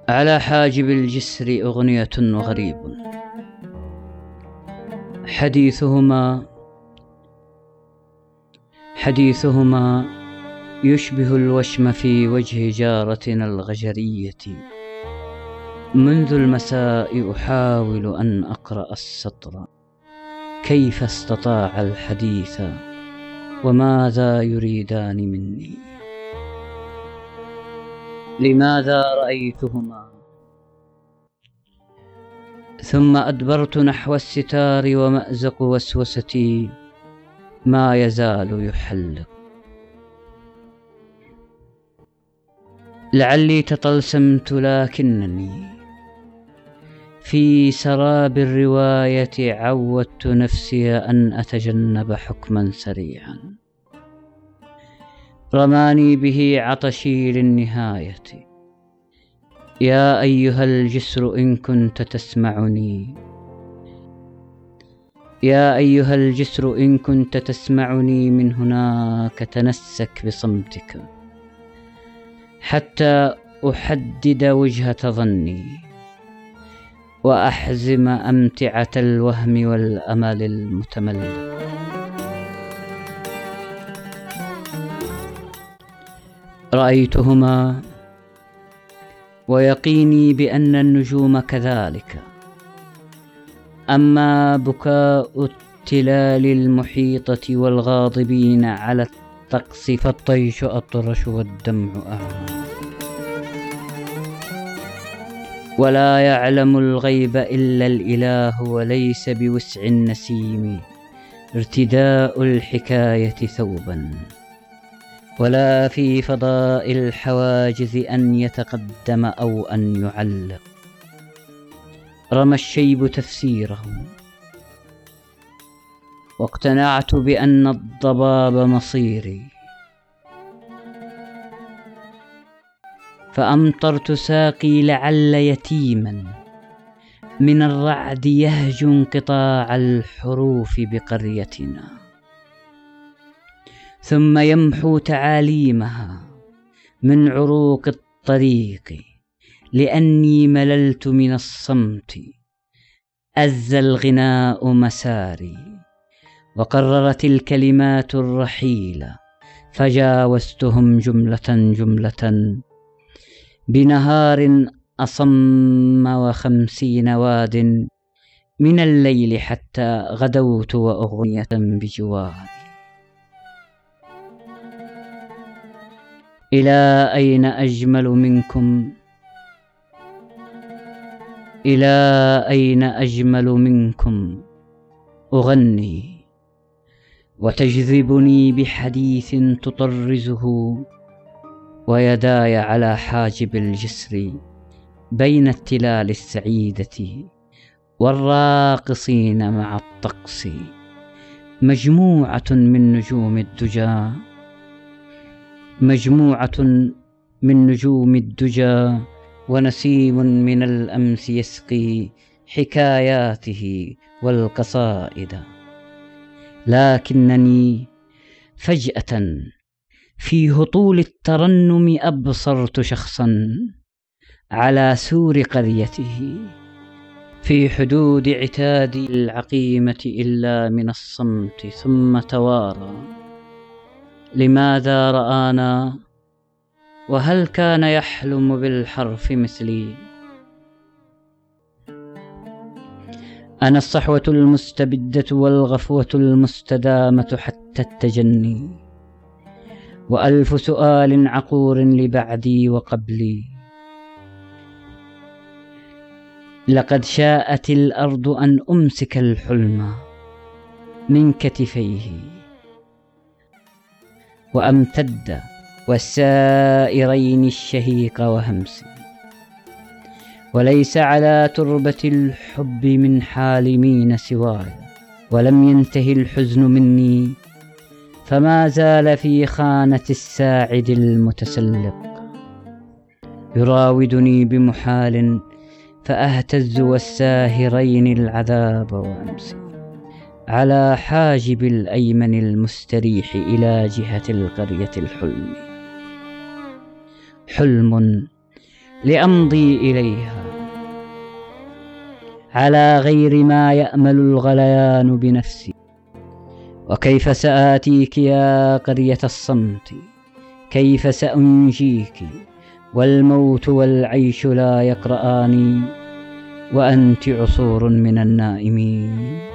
على حاجب الجسر أغنية وغريب، حديثهما يشبه الوشم في وجه جارتنا الغجرية. منذ المساء أحاول أن أقرأ السطر، كيف استطاع الحديث وماذا يريدان مني؟ لماذا رأيتهما ثم أدبرت نحو الستار، ومأزق وسوستي ما يزال يحلق. لعلي تطلسمت، لكنني في سراب الرواية عودت نفسي أن أتجنب حكما سريعا رماني به عطشي للنهاية. يا أيها الجسر إن كنت تسمعني، يا أيها الجسر إن كنت تسمعني، من هناك تنسك بصمتك حتى أحدد وجهة ظني وأحزم أمتعة الوهم والأمل المتملق. رأيتهما ويقيني بأن النجوم كذلك، أما بكاء التلال المحيطة والغاضبين على الطقس فالطيش أطرش والدمع أعمى. ولا يعلم الغيب إلا الإله، وليس بوسع النسيم ارتداء الحكاية ثوبا، ولا في فضاء الحواجز أن يتقدم أو أن يعلق. رمى الشيب تفسيره، واقتنعت بأن الضباب مصيري، فأمطرت ساقي لعل يتيما من الرعد يهجو انقطاع الحروف بقريتنا، ثم يمحو تعاليمها من عروق الطريق، لأني مللت من الصمت. أز الغناء مساري، وقررت الكلمات الرحيل، فجاوزتهم جملة جملة بنهار أصم 50 واد من الليل، حتى غدوت وأغنية بجواري. إلى أين أجمل منكم، إلى أين أجمل منكم أغني، وتجذبني بحديث تطرزه، ويداي على حاجب الجسر بين التلال السعيدة والراقصين مع الطقس. مجموعة من نجوم الدجى، مجموعة من نجوم الدجى، ونسيم من الأمس يسقي حكاياته والقصائد. لكنني فجأة في هطول الترنم أبصرت شخصا على سور قريته، في حدود عتادي العقيمة إلا من الصمت، ثم توارى. لماذا رآنا؟ وهل كان يحلم بالحرف مثلي؟ أنا الصحوة المستبدة والغفوة المستدامة حتى التجني، وألف سؤال عقور لبعدي وقبلي. لقد شاءت الأرض أن أمسك الحلم من كتفيه وأمتد والسائرين الشهيق وهمسي، وليس على تربة الحب من حالمين سواي، ولم ينتهي الحزن مني، فما زال في خانة الساعد المتسلق يراودني بمحال، فأهتز والساهرين العذاب وأمسي على حاجب الأيمن المستريح إلى جهة القرية الحلم. حلم لأمضي إليها على غير ما يأمل الغليان بنفسي. وكيف سآتيك يا قرية الصمت، كيف سأنجيك والموت والعيش لا يقرآني وأنت عصور من النائمين.